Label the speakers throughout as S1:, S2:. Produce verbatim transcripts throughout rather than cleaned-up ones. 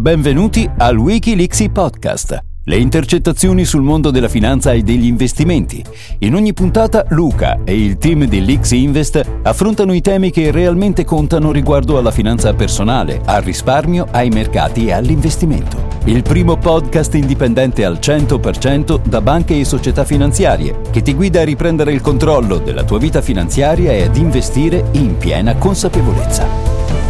S1: Benvenuti al Wikileaks Podcast, le intercettazioni sul mondo della finanza e degli investimenti. In ogni puntata Luca e il team di Leaks Invest affrontano i temi che realmente contano riguardo alla finanza personale, al risparmio, ai mercati e all'investimento. Il primo podcast indipendente al cento per cento da banche e società finanziarie, che ti guida a riprendere il controllo della tua vita finanziaria e ad investire in piena consapevolezza.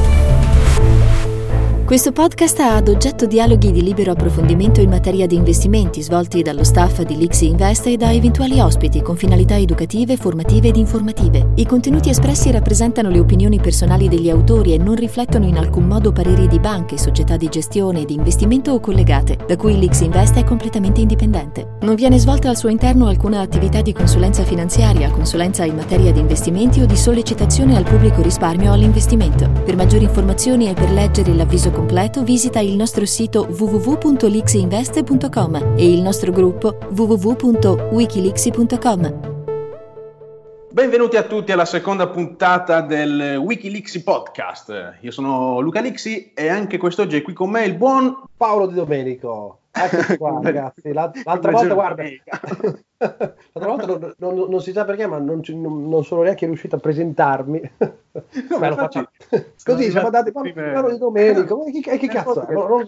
S2: Questo podcast ha ad oggetto dialoghi di libero approfondimento in materia di investimenti svolti dallo staff di Leaks Invest e da eventuali ospiti con finalità educative, formative ed informative. I contenuti espressi rappresentano le opinioni personali degli autori e non riflettono in alcun modo pareri di banche, società di gestione, di investimento o collegate, da cui Leaks Invest è completamente indipendente. Non viene svolta al suo interno alcuna attività di consulenza finanziaria, consulenza in materia di investimenti o di sollecitazione al pubblico risparmio all'investimento. Per maggiori informazioni e per leggere l'avviso completo visita il nostro sito w w w punto leaksinvest punto com e il nostro gruppo w w w punto wikileaks punto com.
S3: Benvenuti a tutti alla seconda puntata del Wikileaks Podcast. Io sono Luca Lixi e anche quest'oggi è qui con me il buon
S4: Paolo Di Domenico. Eccoci qua, ragazzi. L'altra volta, guarda, l'altra volta non, non, non si sa perché, ma non, non, non sono neanche riuscito a presentarmi.
S3: No,
S4: Beh, lo faccio così, siamo andati Paolo Di Domenico. Ma chi, chi cazzo è? Non...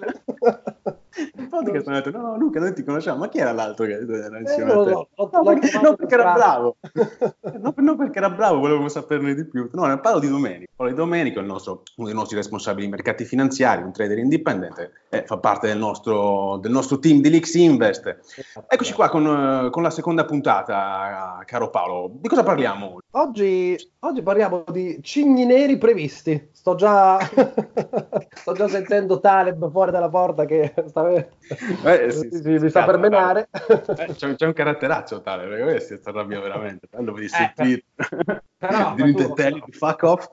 S3: che sono detto, no, Luca, noi ti conosciamo, ma chi era l'altro che era insieme
S4: eh,
S3: a te?
S4: No, no,
S3: no, perché, no, perché era bravo. no, non perché era bravo, volevo saperne di più. No, ne parlo di Domenico. Paolo Di Domenico è il nostro, uno dei nostri responsabili mercati finanziari, un trader indipendente, eh, fa parte del nostro, del nostro team di Leaks Invest. Eccoci qua con, con la seconda puntata, caro Paolo. Di cosa parliamo?
S4: Oggi, oggi parliamo di cigni neri previsti. Sto già, sto già sentendo Taleb fuori dalla porta che sta,
S3: eh, sì,
S4: sì,
S3: sì,
S4: mi
S3: sì,
S4: sta
S3: sì,
S4: per menare.
S3: Eh, c'è, c'è un caratteraccio Taleb, perché questo si arrabbia veramente. Bello vedi sul Twitter.
S4: Però,
S3: di tu, tell you, fuck off.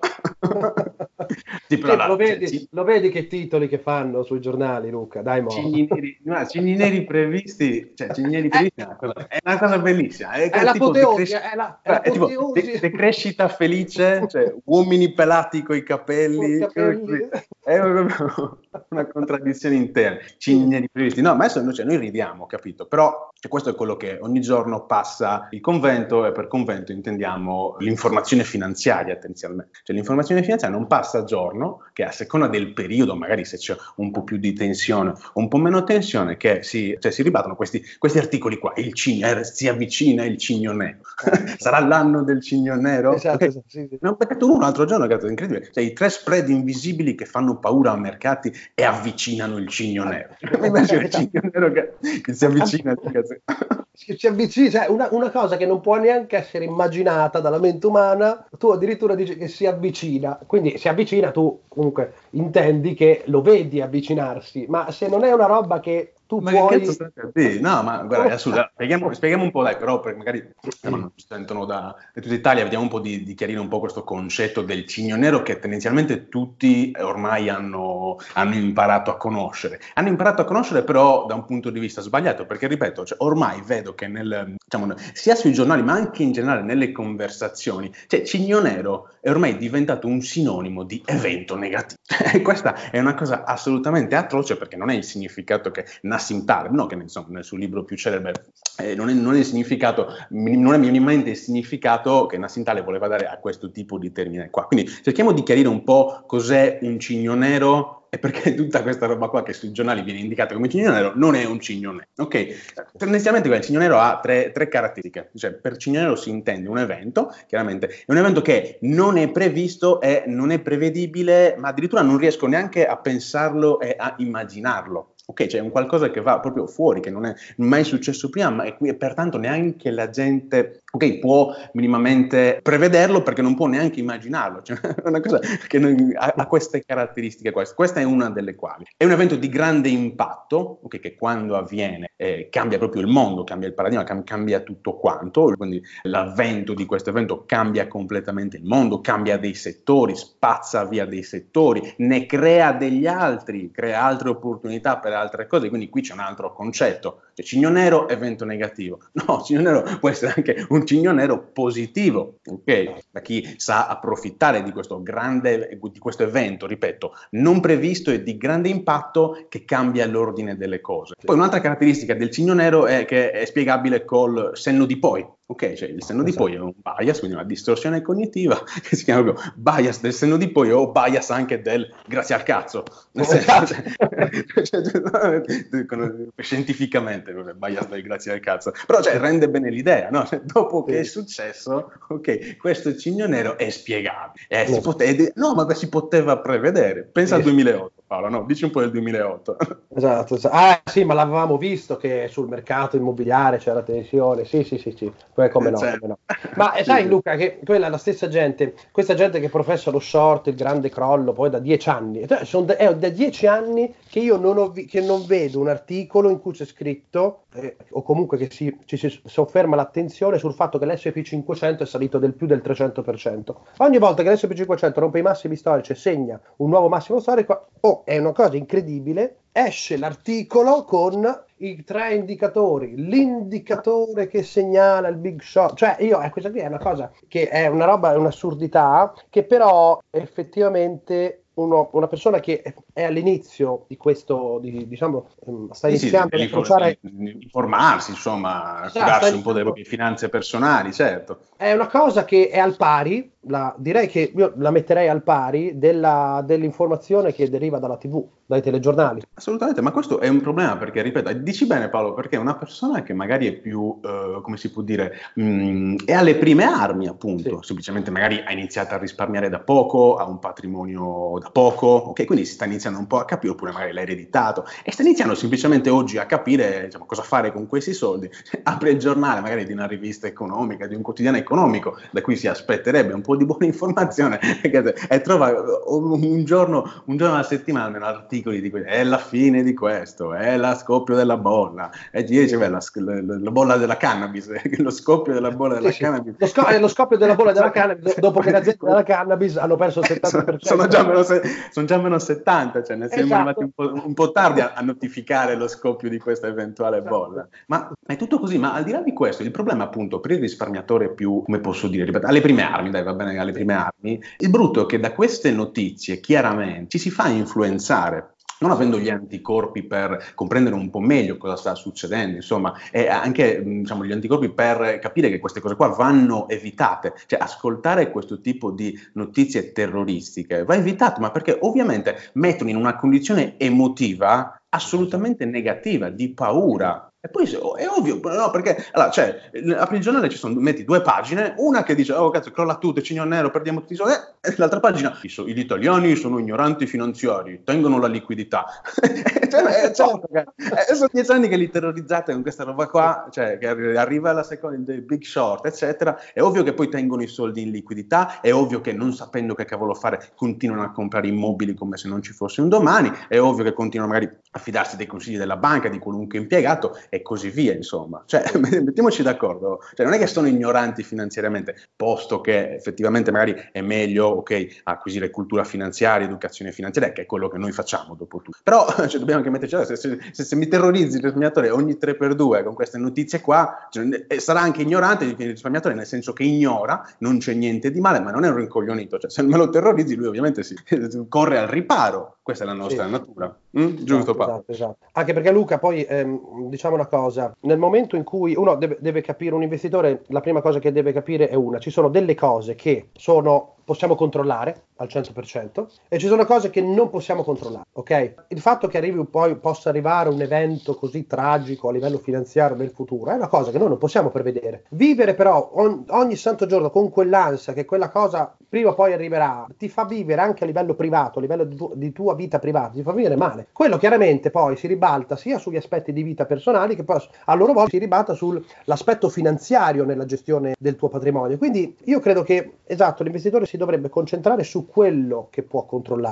S3: Sì, però
S4: sì,
S3: la,
S4: lo, vedi,
S3: cioè,
S4: lo vedi che titoli che fanno sui giornali, Luca? Dai, mo.
S3: Cigni neri, no, cigni neri previsti, cioè cigni neri previsti è una cosa, è una cosa bellissima. È,
S4: È l'apoteosi, è la, è
S3: è tipo
S4: l'apoteosi.
S3: de- decrescita felice, cioè uomini pelati coi capelli,
S4: Coi capelli.
S3: è una, una contraddizione interna. Cigni neri previsti, no, ma adesso noi, cioè, noi ridiamo, capito? Però cioè, questo è quello che ogni giorno passa il convento, e per convento intendiamo l'informazione finanziaria, attenzialmente. Cioè l'informazione finanziaria non passa a giorno, che a seconda del periodo, magari se c'è un po' più di tensione, un po' meno tensione, che si, cioè, si ribattono questi, questi articoli qua. Il cigno, eh, si avvicina il cigno nero. Sarà l'anno del cigno nero?
S4: Esatto,
S3: okay.
S4: esatto, sì, sì.
S3: Ne ho beccato uno l'altro giorno, che è incredibile. Cioè, i tre spread invisibili che fanno paura ai mercati e avvicinano il cigno nero. Mi immagino il cigno nero che, che si avvicina.
S4: Si avvicina, cioè una, una cosa che non può neanche essere immaginata dalla mente umana, tu addirittura dici che si avvicina, quindi si avvicina, tu comunque intendi che lo vedi avvicinarsi, ma se non è una roba che tu
S3: ma
S4: puoi...
S3: che cazzo state a dire? No, ma guarda, scusa, spieghiamo, spieghiamo un po', dai, però perché magari eh, non ci sentono da, da tutta Italia, vediamo un po' di, di chiarire un po' questo concetto del cigno nero che tendenzialmente tutti ormai hanno, hanno imparato a conoscere. Hanno imparato a conoscere però da un punto di vista sbagliato, perché ripeto, cioè, ormai vedo che nel, diciamo, sia sui giornali ma anche in generale nelle conversazioni, cioè cigno nero è ormai diventato un sinonimo di evento negativo. E questa è una cosa assolutamente atroce, perché non è il significato che Nassim Taleb, no, che insomma, nel suo libro più celebre eh, non, è, non è il significato, non è minimamente il significato che Nassim Taleb voleva dare a questo tipo di termine qua. Quindi cerchiamo di chiarire un po' cos'è un cigno nero e perché tutta questa roba qua che sui giornali viene indicata come cigno nero non è un cigno nero. Ok, tendenzialmente il cigno nero ha tre, tre caratteristiche. Cioè, per cigno nero si intende un evento, chiaramente è un evento che non è previsto e non è prevedibile, ma addirittura non riesco neanche a pensarlo e a immaginarlo. Ok, c'è un qualcosa che va proprio fuori, che non è mai successo prima, ma è qui, e pertanto neanche la gente, ok, può minimamente prevederlo, perché non può neanche immaginarlo. Cioè, è una cosa che non, ha, ha queste caratteristiche. Queste. Questa è una delle quali. È un evento di grande impatto, ok, che quando avviene eh, cambia proprio il mondo, cambia il paradigma, cam- cambia tutto quanto. Quindi l'avvento di questo evento cambia completamente il mondo, cambia dei settori, spazza via dei settori, ne crea degli altri, crea altre opportunità per altre cose, quindi qui c'è un altro concetto, cioè cigno nero, evento negativo. No, cigno nero può essere anche un un cigno nero positivo, ok? Da chi sa approfittare di questo grande, di questo evento, ripeto, non previsto e di grande impatto che cambia l'ordine delle cose. Poi un'altra caratteristica del cigno nero è che è spiegabile col senno di poi. Ok, cioè il senno esatto. di poi è un bias, quindi una distorsione cognitiva che si chiama proprio bias del senno di poi o bias anche del grazie al cazzo. Esatto. Cioè, scientificamente, bias del grazie al cazzo. Però cioè, rende bene l'idea, no? Cioè, dopo sì. che è successo, ok, questo cigno nero è spiegabile. Eh, no. Si pote- no, ma si poteva prevedere. Pensa sì. al duemilaotto, Paolo, no? Dici un po' del duemilaotto.
S4: Esatto, esatto. Ah sì, ma l'avevamo visto che sul mercato immobiliare c'era tensione. Sì, sì, sì, sì. Come no, come no. Ma sì, sai Luca che quella è la stessa gente, questa gente che professa lo short, il grande crollo, poi da dieci anni, sono da, è da dieci anni che io non, ho vi, che non vedo un articolo in cui c'è scritto, eh, o comunque che si, ci si sofferma l'attenzione sul fatto che l'esse e pi cinquecento è salito del più del trecento per cento. Ogni volta che l'esse e pi cinquecento rompe i massimi storici e segna un nuovo massimo storico, oh, è una cosa incredibile, esce l'articolo con i tre indicatori, l'indicatore che segnala il big short, cioè io, eh, questa qui è una cosa che è una roba, è un'assurdità, che però effettivamente uno, una persona che è all'inizio di questo, di, diciamo, sta
S3: sì,
S4: iniziando
S3: sì,
S4: a approcciare...
S3: informarsi, insomma,
S4: Esatto,
S3: curarsi un po' delle proprie finanze personali, certo.
S4: È una cosa che è al pari, la, direi che io la metterei al pari della, dell'informazione che deriva dalla tivù, dai telegiornali.
S3: Assolutamente, ma questo è un problema perché, ripeto, dici bene Paolo, perché una persona che magari è più, uh, come si può dire, mh, è alle prime armi appunto, sì. semplicemente magari ha iniziato a risparmiare da poco, ha un patrimonio da poco, ok, quindi si sta iniziando un po' a capire, oppure magari l'ha ereditato, e sta iniziando semplicemente oggi a capire, diciamo, cosa fare con questi soldi, apre il giornale magari di una rivista economica, di un quotidiano economico, da cui si aspetterebbe un po' di buona informazione, e trova un giorno, un giorno alla settimana almeno articoli di questo, è la fine di questo, è la scoppio della bolla, e ci dice, beh, la, la, la bolla della cannabis, lo scoppio della bolla della sì, cannabis.
S4: Lo, sco- lo scoppio della bolla della cannabis, dopo che le aziende della cannabis hanno perso il settanta per cento.
S3: Sono già meno, sono già meno settanta, cioè ne siamo esatto. arrivati un po', un po' tardi a, a notificare lo scoppio di questa eventuale esatto. bolla. Ma è tutto così, ma al di là di questo, il problema appunto per il risparmiatore più, come posso dire, ripeto, alle prime armi, dai, va bene, alle prime armi, il brutto è che da queste notizie chiaramente ci si fa influenzare, non avendo gli anticorpi per comprendere un po' meglio cosa sta succedendo, insomma, e anche diciamo, gli anticorpi per capire che queste cose qua vanno evitate, cioè ascoltare questo tipo di notizie terroristiche va evitato, ma perché ovviamente mettono in una condizione emotiva assolutamente negativa, di paura. E poi è ovvio, no, perché allora, cioè, apri il giornale, ci sono, metti due pagine, una che dice, oh cazzo, crolla tutto, cigno nero, perdiamo tutti i soldi, e l'altra pagina, gli italiani sono ignoranti finanziari, tengono la liquidità. cioè, certo, eh, sono dieci anni che li terrorizzate con questa roba qua, cioè, che arriva la seconda, il big short, eccetera, è ovvio che poi tengono i soldi in liquidità, è ovvio che non sapendo che cavolo fare, continuano a comprare immobili come se non ci fosse un domani, è ovvio che continuano magari a fidarsi dei consigli della banca, di qualunque impiegato, e così via, insomma. Cioè, mettiamoci d'accordo, cioè, non è che sono ignoranti finanziariamente, posto che effettivamente magari è meglio, ok, acquisire cultura finanziaria, educazione finanziaria, che è quello che noi facciamo dopo tutto. Però cioè, dobbiamo anche metterci, se, se, se, se mi terrorizzi il risparmiatore ogni tre per due con queste notizie qua, cioè, sarà anche ignorante il risparmiatore, nel senso che ignora, non c'è niente di male, ma non è un rincoglionito, cioè se me lo terrorizzi lui ovviamente si corre al riparo, questa è la nostra sì. natura. Mm? Giusto,
S4: esatto, esatto, esatto. Anche perché Luca, poi ehm, diciamo una cosa, nel momento in cui uno deve, deve capire, un investitore, la prima cosa che deve capire è una, ci sono delle cose che sono possiamo controllare al cento per cento e ci sono cose che non possiamo controllare, ok? Il fatto che arrivi poi possa arrivare un evento così tragico a livello finanziario nel futuro è una cosa che noi non possiamo prevedere. Vivere però on, ogni santo giorno con quell'ansia che quella cosa prima o poi arriverà, ti fa vivere anche a livello privato, a livello di, tu, di tua vita privata, ti fa vivere male. Quello chiaramente poi si ribalta sia sugli aspetti di vita personali che poi a loro volta si ribalta sull'aspetto finanziario nella gestione del tuo patrimonio. Quindi io credo che, esatto, l'investitore si dovrebbe concentrare su quello che può controllare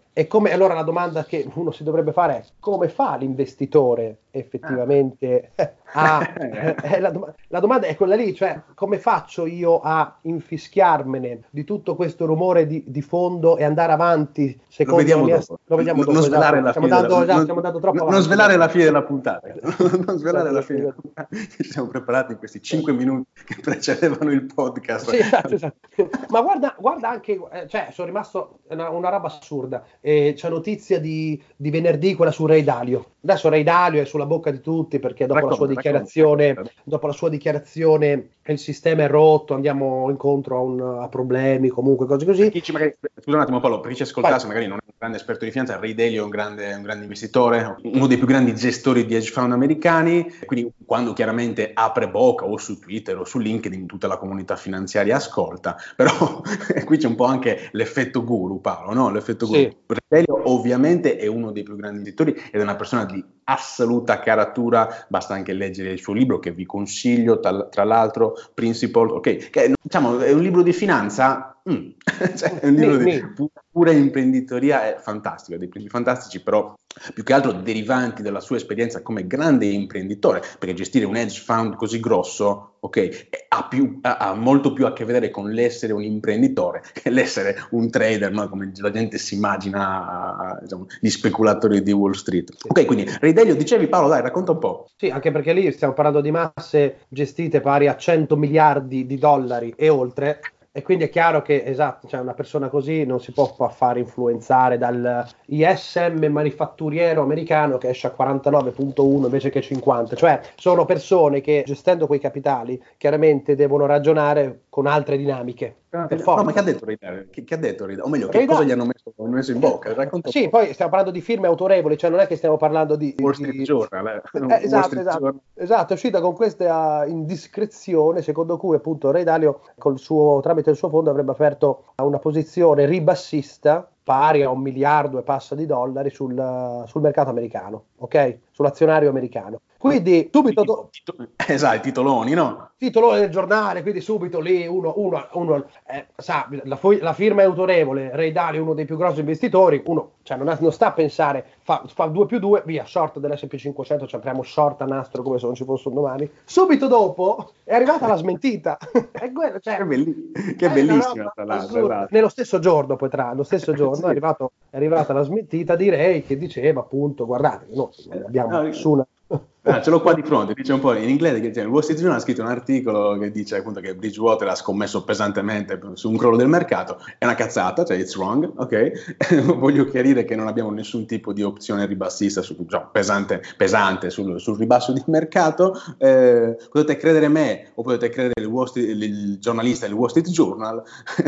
S4: E come, allora la domanda che uno si dovrebbe fare è: come fa l'investitore effettivamente a... eh, la, dom- la domanda è quella lì, cioè come faccio io a infischiarmene di tutto questo rumore di, di fondo e andare avanti secondo
S3: lo vediamo
S4: la mia...
S3: dopo.
S4: Lo vediamo
S3: non,
S4: dopo,
S3: non svelare
S4: esatto.
S3: la
S4: Stiamo
S3: fine
S4: dando,
S3: della,
S4: esatto,
S3: non,
S4: stiamo dando troppo
S3: non
S4: avanti.
S3: svelare la fine della puntata, non svelare
S4: Esatto,
S3: la fine della puntata. Ci siamo preparati in questi cinque minuti che precedevano il podcast.
S4: Sì, esatto, esatto. Ma guarda, guarda anche, eh, cioè sono rimasto una, una roba assurda. Eh, c'è notizia di, di venerdì, quella su Ray Dalio. Adesso Ray Dalio è sulla bocca di tutti perché dopo
S3: Racconta,
S4: la sua dichiarazione,
S3: racconta.
S4: dopo la sua dichiarazione il sistema è rotto, andiamo incontro a, un, a problemi, comunque cose così.
S3: Per chi ci magari, scusa un attimo Paolo, per chi ci ascoltasse, magari non è un grande esperto di finanza, Ray Dalio è un grande, un grande investitore, uno dei più grandi gestori di hedge fund americani, quindi quando chiaramente apre bocca o su Twitter o su LinkedIn tutta la comunità finanziaria ascolta, però qui c'è un po' anche l'effetto guru, Paolo, no? L'effetto guru.
S4: Sì.
S3: Ray Dalio ovviamente è uno dei più grandi investitori ed è una persona di assoluta caratura, basta anche leggere il suo libro che vi consiglio, tra, tra l'altro Principle, ok, che diciamo è un libro di finanza, mm, cioè, è un libro di pura, pura imprenditoria, è fantastico, ha dei principi fantastici, però più che altro derivanti dalla sua esperienza come grande imprenditore, perché gestire un hedge fund così grosso, ok, ha, più, ha, ha molto più a che vedere con l'essere un imprenditore che l'essere un trader, no? Come la gente si immagina, diciamo, gli speculatori di Wall Street. Ok, quindi Ray Dalio, dicevi Paolo, dai, racconta un po'.
S4: Sì, anche perché lì stiamo parlando di masse gestite pari a cento miliardi di dollari e oltre. E quindi è chiaro che, esatto, cioè una persona così non si può fare influenzare dal I S M manifatturiero americano che esce a quarantanove virgola uno invece che cinquanta. Cioè sono persone che gestendo quei capitali chiaramente devono ragionare con altre dinamiche.
S3: No, ma che ha detto Ray Dalio? Che, che ha detto Ray Dalio? O meglio, che
S4: Ray
S3: cosa
S4: Dalio.
S3: gli hanno messo, hanno messo in bocca? Racconta
S4: Sì, poi stiamo parlando di firme autorevoli, cioè non è che stiamo parlando di...
S3: Wall Street
S4: di...
S3: Journal. Eh.
S4: Eh,
S3: Wall
S4: esatto,
S3: Street
S4: esatto,
S3: Journal.
S4: esatto, è uscita con questa indiscrezione secondo cui appunto Ray Dalio col suo, tramite il suo fondo avrebbe aperto una posizione ribassista pari a un miliardo e passa di dollari sul, sul mercato americano, ok? Sull'azionario americano. Quindi subito... Do-
S3: esatto, i titoloni, no?
S4: Titolo del giornale, quindi subito lì uno, uno, uno eh, sa, la, la firma è autorevole, Ray Dalio è uno dei più grossi investitori, uno cioè non, ha, non sta a pensare, fa, fa due più due, via, short dell'esse and pi cinquecento, ci apriamo short a nastro come se non ci fosse un domani. Subito dopo è arrivata la smentita. È quello, cioè,
S3: che, belli- che
S4: è
S3: bellissima, tra l'altro. Esatto.
S4: Nello stesso giorno, poi tra lo stesso giorno
S3: Sì.
S4: è, arrivato, è arrivata la smentita di Ray che diceva appunto, guardate, noi non abbiamo
S3: No,
S4: nessuna...
S3: Ah, ce l'ho qua di fronte, dice un po' in inglese che cioè, il Wall Street Journal ha scritto un articolo che dice appunto che Bridgewater ha scommesso pesantemente su un crollo del mercato, è una cazzata, cioè it's wrong, ok? Voglio chiarire che non abbiamo nessun tipo di opzione ribassista su, cioè, pesante, pesante sul, sul ribasso di mercato, eh, potete credere me o potete credere il, Wall Street, il giornalista del Wall Street Journal,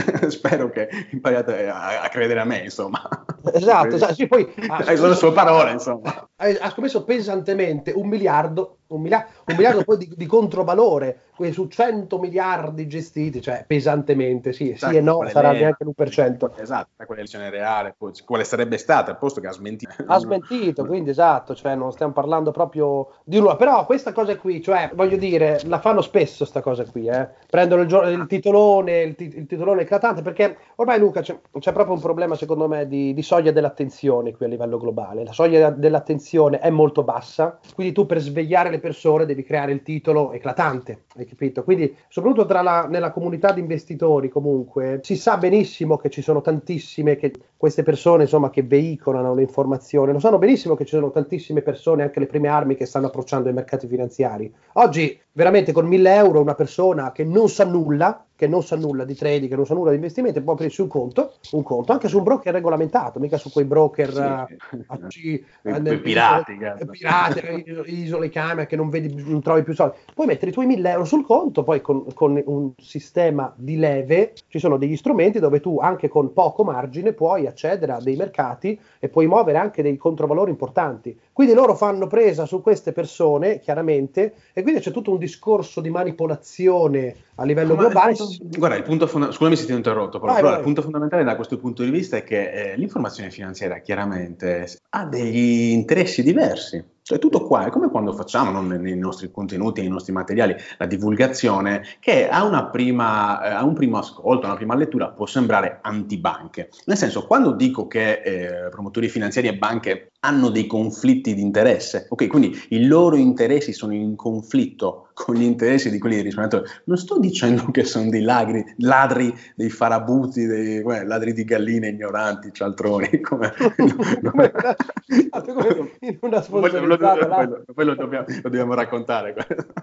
S3: spero che impariate a, a credere a me, insomma.
S4: Esatto, esatto. Sì, poi ha
S3: sono le sue parole, insomma.
S4: Ha scommesso pesantemente un miliardo, un miliardo, un miliardo poi di, di controvalore, quindi su cento miliardi gestiti, cioè pesantemente, sì, sì e no, sarà neanche l'uno per cento.
S3: Esatto, quella elezione reale, quale sarebbe stata, al posto che ha smentito.
S4: Ha smentito, quindi esatto, cioè non stiamo parlando proprio di nulla, però questa cosa qui, cioè voglio dire, la fanno spesso sta cosa qui, eh? Prendono il, il titolone, il, il titolone eclatante, perché ormai Luca c'è, c'è proprio un problema secondo me di, di soglia dell'attenzione qui a livello globale, la soglia dell'attenzione è molto bassa, quindi tu per svegliare le persone devi creare il titolo eclatante, hai capito? Quindi soprattutto tra la, nella comunità di investitori comunque si sa benissimo che ci sono tantissime che queste persone insomma che veicolano le informazioni, lo sanno benissimo che ci sono tantissime persone, anche le prime armi che stanno approcciando i mercati finanziari. Oggi veramente con mille euro una persona che non sa nulla, che non sa nulla di trading, che non sa nulla di investimenti, può aprirsi un conto, un conto, anche su un broker regolamentato, mica su quei broker
S3: sì,
S4: uh, A C,
S3: uh,
S4: nel,
S3: pirati,
S4: isole, pirati isole Cayman che non vedi, non trovi più soldi. Puoi mettere i tuoi mille euro sul conto, poi con, con un sistema di leve ci sono degli strumenti dove tu anche con poco margine puoi accedere a dei mercati e puoi muovere anche dei controvalori importanti. Quindi loro fanno presa su queste persone, chiaramente, e quindi c'è tutto un discorso di manipolazione a livello
S3: Ma
S4: globale.
S3: Il punto, guarda, il punto fondamentale, scusami se ti ho interrotto, però,
S4: vai,
S3: però
S4: vai.
S3: il punto fondamentale da questo punto di vista è che eh, l'informazione finanziaria chiaramente ha degli interessi diversi. Cioè tutto qua è come quando facciamo, no, nei nostri contenuti, nei nostri materiali, la divulgazione, che a, una prima, eh, a un primo ascolto, a una prima lettura può sembrare antibanche. Nel senso, quando dico che eh, promotori finanziari e banche hanno dei conflitti di interesse, ok, quindi i loro interessi sono in conflitto con gli interessi di quelli dei risparmiatori, non sto dicendo che sono dei ladri, ladri dei farabuti, dei eh, ladri di galline ignoranti, cialtroni, come,
S4: come, come in una sponsorizzata.
S3: Poi lo, poi lo, dobbiamo, lo dobbiamo raccontare.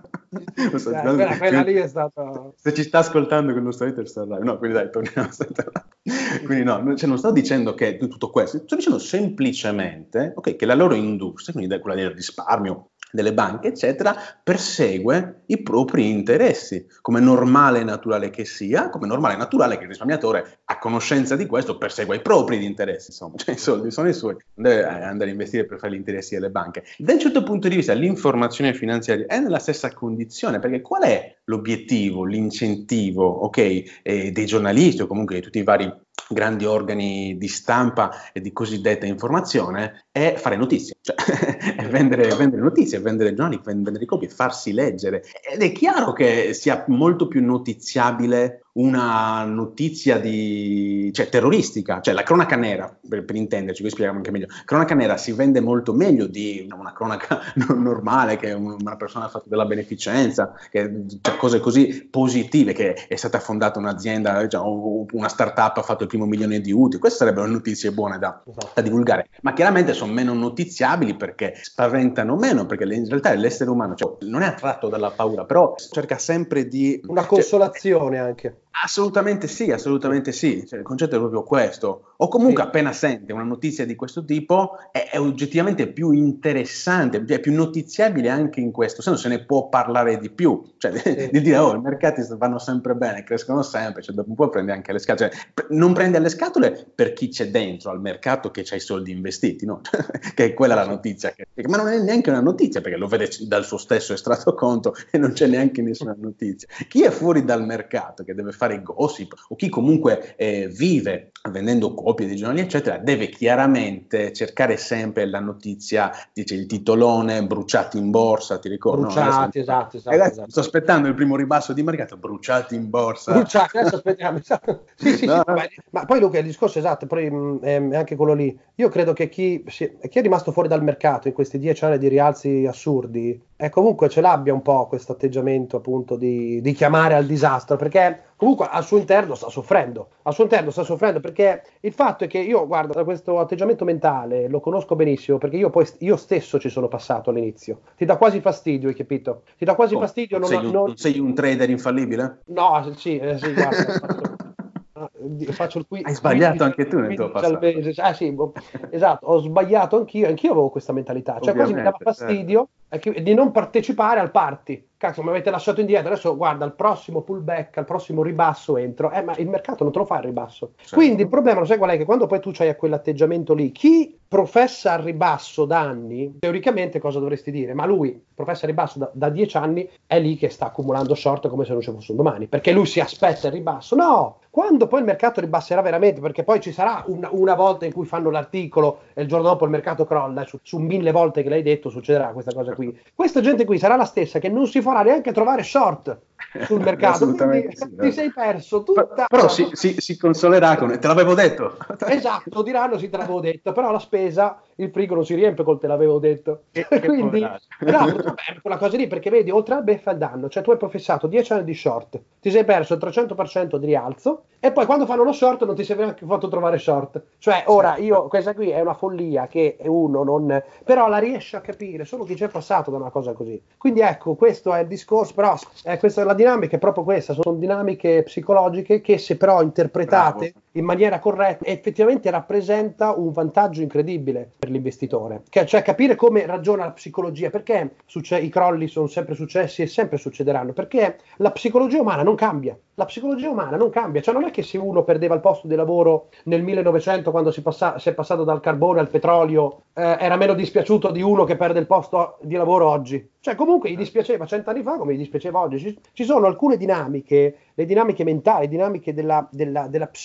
S4: Lo so, eh, quella, quella lì è stata...
S3: Se ci sta ascoltando con il nostro hater sta live. No, quindi dai, torniamo a quindi no, cioè non sto dicendo che tutto questo, sto dicendo semplicemente okay, che la loro industria, quindi quella del risparmio, delle banche, eccetera, persegue i propri interessi, come normale e naturale che sia, come normale e naturale che il risparmiatore, a conoscenza di questo, persegua i propri interessi, insomma, cioè i soldi sono i suoi, non deve andare a investire per fare gli interessi delle banche. Da un certo punto di vista l'informazione finanziaria è nella stessa condizione, perché qual è l'obiettivo, l'incentivo, ok, eh, dei giornalisti o comunque di tutti i vari grandi organi di stampa e di cosiddetta informazione è fare notizie, cioè è vendere, vendere notizie, vendere giornali, vendere copie, farsi leggere. Ed è chiaro che sia molto più notiziabile una notizia di, cioè, terroristica, cioè la cronaca nera, per, per intenderci, qui spieghiamo anche meglio. Cronaca nera si vende molto meglio di una, una cronaca normale, che una persona ha fatto della beneficenza, che, cioè, cose così positive, che è stata fondata un'azienda, cioè, o una startup ha fatto il primo milione di utili. Queste sarebbero notizie buone da, da divulgare, ma chiaramente sono meno notiziabili perché spaventano meno, perché in realtà l'essere umano, cioè, non è attratto dalla paura, però cerca sempre di...
S4: Una consolazione, cioè, anche.
S3: Assolutamente sì, assolutamente sì, cioè, il concetto è proprio questo, o comunque
S4: sì.
S3: Appena sente una notizia di questo tipo è, è oggettivamente più interessante, è più notiziabile anche in questo senso, se ne può parlare di più, cioè sì. di dire oh i mercati vanno sempre bene, crescono sempre, cioè dopo un po' prende anche le scatole, cioè, non prende alle scatole per chi c'è dentro al mercato che c'ha i soldi investiti, no? Che è quella la notizia, che, ma non è neanche una notizia perché lo vede dal suo stesso estratto conto e non c'è neanche nessuna notizia. Chi è fuori dal mercato che deve fare i gossip o chi comunque eh, vive vendendo copie di giornali eccetera deve chiaramente cercare sempre la notizia, dice il titolone, bruciati in borsa, ti ricordi?
S4: Bruciati, no, adesso, esatto, esatto,
S3: ragazzi,
S4: esatto.
S3: Sto aspettando il primo ribasso di mercato, bruciati in borsa.
S4: Bruciati, adesso aspettiamo. Esatto. Sì, sì,
S3: no,
S4: sì,
S3: no.
S4: Ma, ma poi Luca, il discorso esatto, poi mh, è anche quello lì. Io credo che chi, chi è rimasto fuori dal mercato in questi dieci anni di rialzi assurdi, eh, comunque ce l'abbia un po' questo atteggiamento appunto di, di chiamare al disastro, perché comunque al suo interno sta soffrendo, al suo interno sta soffrendo perché il fatto è che io, guarda, questo atteggiamento mentale lo conosco benissimo perché io poi io stesso ci sono passato all'inizio. Ti dà quasi fastidio, hai capito? Ti dà quasi oh, fastidio. Non,
S3: sei, un,
S4: non...
S3: sei un trader infallibile?
S4: No, sì, eh, sì, guarda. Faccio il qui,
S3: hai sbagliato anche tu nel tuo passato.
S4: Ah, sì, esatto, ho sbagliato anch'io, anch'io avevo questa mentalità, cioè quasi mi dava fastidio certo. di non partecipare al party. Cazzo, mi avete lasciato indietro, adesso guarda, al prossimo pullback, al prossimo ribasso entro, eh, ma il mercato non te lo fa il ribasso. Certo. Quindi il problema, lo sai qual è? Che quando poi tu c'hai quell'atteggiamento lì, chi professa al ribasso da anni, teoricamente cosa dovresti dire? Ma lui professa il ribasso da, da dieci anni, è lì che sta accumulando short come se non ci fosse un domani, perché lui si aspetta il ribasso. No! Quando poi il mercato ribasserà veramente, perché poi ci sarà una, una volta in cui fanno l'articolo e il giorno dopo il mercato crolla, su, su mille volte che l'hai detto succederà questa cosa qui. Questa gente qui sarà la stessa che non si farà neanche trovare short sul mercato, quindi sì, ti sei perso tutta.
S3: Però si, si, si consolerà con te l'avevo detto.
S4: Esatto, diranno sì te l'avevo detto, però la spesa, il frigo non si riempie col te l'avevo detto.
S3: Che, che
S4: quindi no, vabbè, quella cosa lì, perché vedi, oltre al beffa al danno, cioè tu hai professato dieci anni di short, ti sei perso il trecento per cento di rialzo e poi quando fanno lo short non ti sei neanche fatto trovare short. Cioè ora io, questa qui è una follia che uno non, però la riesce a capire solo chi c'è passato da una cosa così. Quindi ecco, questo è il discorso, però eh, questa è la dinamica, è proprio questa, sono dinamiche psicologiche che se però interpretate Bravo. in maniera corretta effettivamente rappresenta un vantaggio incredibile per l'investitore, che, cioè capire come ragiona la psicologia, perché succe- i crolli sono sempre successi e sempre succederanno, perché la psicologia umana non cambia. La psicologia umana non cambia, cioè non è che se uno perdeva il posto di lavoro nel millenovecento quando si, passa- si è passato dal carbone al petrolio eh, era meno dispiaciuto di uno che perde il posto di lavoro oggi. Cioè comunque gli dispiaceva cent'anni fa come gli dispiaceva oggi. Ci, ci sono alcune dinamiche, le dinamiche mentali, le dinamiche della, della, della psicologia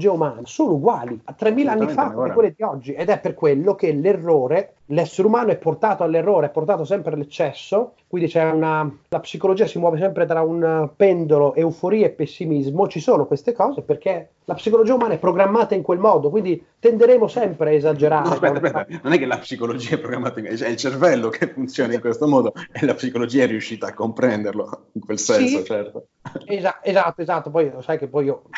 S4: psicologia umana sono uguali a tremila anni fa come quelle di oggi, ed è per quello che l'errore, l'essere umano è portato all'errore, è portato sempre all'eccesso, quindi c'è una, la psicologia si muove sempre tra un pendolo euforia e pessimismo. Ci sono queste cose perché la psicologia umana è programmata in quel modo, quindi tenderemo sempre a esagerare.
S3: No, aspetta, aspetta, non è che la psicologia è programmata in è il cervello che funziona in questo modo e la psicologia è riuscita a comprenderlo in quel senso, sì, certo.
S4: Esa- esatto, esatto, poi lo sai che poi io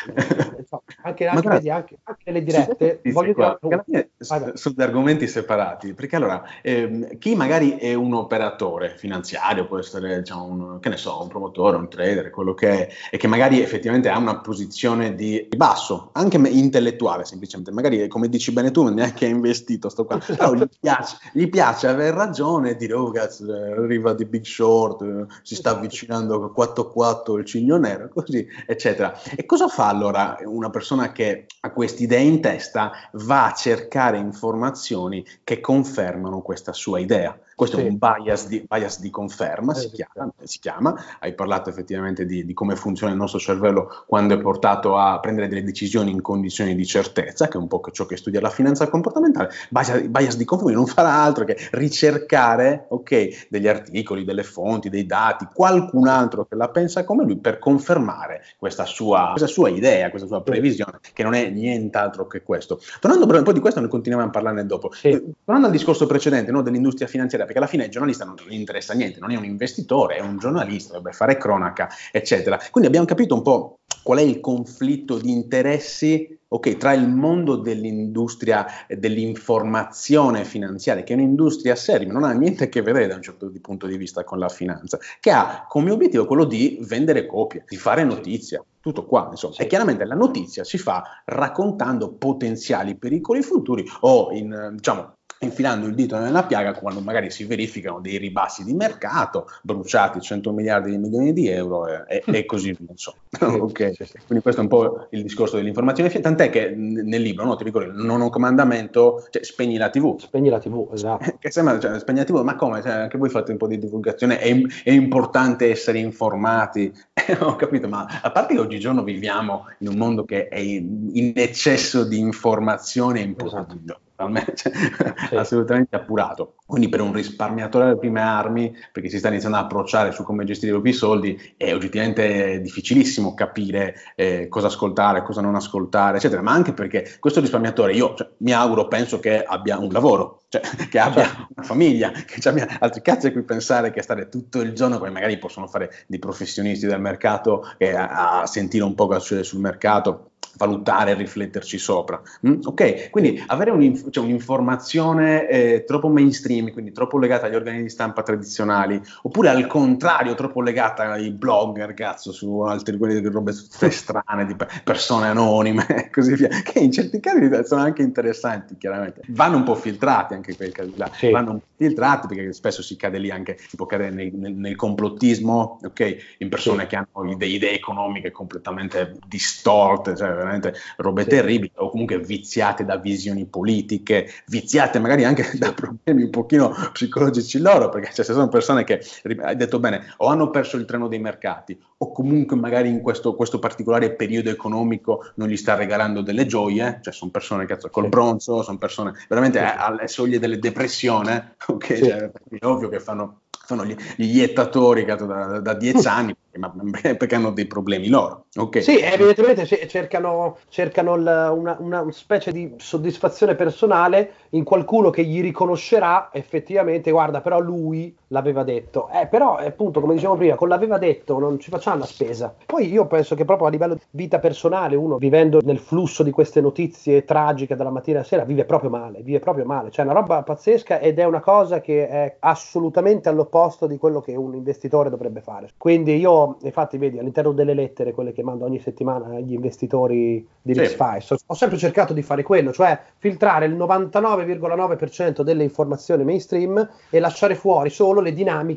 S4: anche, anche, vedi, anche, anche nelle dirette voglio
S3: qua, che alla fine sono degli argomenti separati, perché allora ehm, chi magari è un operatore finanziario, può essere diciamo, un, che ne so, un promotore, un trader, quello che è, e che magari effettivamente ha una posizione di basso, anche intellettuale semplicemente, magari come dici bene tu, neanche ha investito sto qua, però gli piace, gli piace aver ragione e dire oh cazzo, arriva di Big Short, si sta avvicinando a quattro quattro il cigno nero, così eccetera. E cosa fa allora una persona che ha queste idee in testa? Va a cercare informazioni che confermano questa sua idea. Questo sì. È un bias di, bias di conferma, eh, si, sì. chiama, si chiama. Hai parlato effettivamente di, di come funziona il nostro cervello quando è portato a prendere delle decisioni in condizioni di certezza, che è un po' ciò che studia la finanza comportamentale. Bias, bias di conferma non farà altro che ricercare okay, degli articoli, delle fonti, dei dati, qualcun altro che la pensa come lui per confermare questa sua, questa sua idea, questa sua previsione, che non è nient'altro che questo. Tornando però, poi di questo ne continuiamo a parlarne dopo. Sì. Tornando al discorso precedente, no, dell'industria finanziaria, perché alla fine il giornalista non gli interessa niente, non è un investitore, è un giornalista, dovrebbe fare cronaca, eccetera. Quindi abbiamo capito un po' qual è il conflitto di interessi okay, tra il mondo dell'industria dell'informazione finanziaria, che è un'industria seria, ma non ha niente a che vedere da un certo punto di vista con la finanza, che ha come obiettivo quello di vendere copie, di fare notizia. Tutto qua, insomma. Sì. E chiaramente la notizia si fa raccontando potenziali pericoli futuri o in, diciamo, infilando il dito nella piaga quando magari si verificano dei ribassi di mercato, bruciati cento miliardi di milioni di euro e, e, e così via. Insomma. Okay. Sì, sì. Quindi questo è un po' il discorso dell'informazione, tant'è che nel libro, no, ti ricordi, il nono comandamento, cioè spegni la tivù.
S4: Spegni la tivù, esatto.
S3: Che sembra, cioè, spegni la tivù, ma come? Cioè, anche voi fate un po' di divulgazione, è, è importante essere informati. Ho capito, ma a parte che oggigiorno viviamo in un mondo che è in, in eccesso di informazione e impossibile. Esatto. Cioè, sì. Assolutamente appurato. Quindi per un risparmiatore alle prime armi, perché si sta iniziando a approcciare su come gestire i propri soldi, è oggettivamente difficilissimo capire eh, cosa ascoltare, cosa non ascoltare, eccetera. Ma anche perché questo risparmiatore, io cioè, mi auguro, penso che abbia un lavoro, cioè che abbia certo. una famiglia, che abbia altri cazzi a cui pensare che stare tutto il giorno, come magari possono fare dei professionisti del mercato, eh, a, a sentire un po' cosa succede sul mercato, valutare e rifletterci sopra. Mm? Ok, quindi avere un, cioè, un'informazione eh, troppo mainstream, quindi troppo legata agli organi di stampa tradizionali, oppure al contrario troppo legata ai blogger, cazzo, su altre robe strane di persone anonime e così via, che in certi casi sono anche interessanti, chiaramente. Vanno un po' filtrati anche quei casi là, sì. vanno un po' filtrati perché spesso si cade lì anche, si può cadere nel, nel, nel complottismo, ok, in persone sì. che hanno idee, idee economiche completamente distorte, cioè veramente robe sì. terribili, o comunque viziate da visioni politiche, viziate magari anche sì. da problemi un pochino psicologici loro, perché cioè, se sono persone che, hai detto bene, o hanno perso il treno dei mercati, o comunque magari in questo, questo particolare periodo economico non gli sta regalando delle gioie, cioè sono persone cazzo, col sì. bronzo, sono persone veramente sì. alle soglie delle depressione, ok, sì. cioè, è ovvio che fanno sono gli, gli iettatori da, da, da dieci anni, ma perché hanno dei problemi loro. Okay.
S4: Sì, evidentemente cercano, cercano la, una, una specie di soddisfazione personale in qualcuno che gli riconoscerà effettivamente, guarda, però lui l'aveva detto. Eh, però, appunto, come dicevo prima, con l'aveva detto non ci facciamo la spesa. Poi io penso che proprio a livello di vita personale, uno vivendo nel flusso di queste notizie tragiche dalla mattina alla sera, vive proprio male, vive proprio male. Cioè, è una roba pazzesca ed è una cosa che è assolutamente all'opposto di quello che un investitore dovrebbe fare. Quindi io, infatti, vedi, all'interno delle lettere, quelle che mando ogni settimana agli investitori di Rich Five, ho sempre cercato di fare quello, cioè filtrare il novantanove virgola nove per cento delle informazioni mainstream e lasciare fuori solo le dinamiche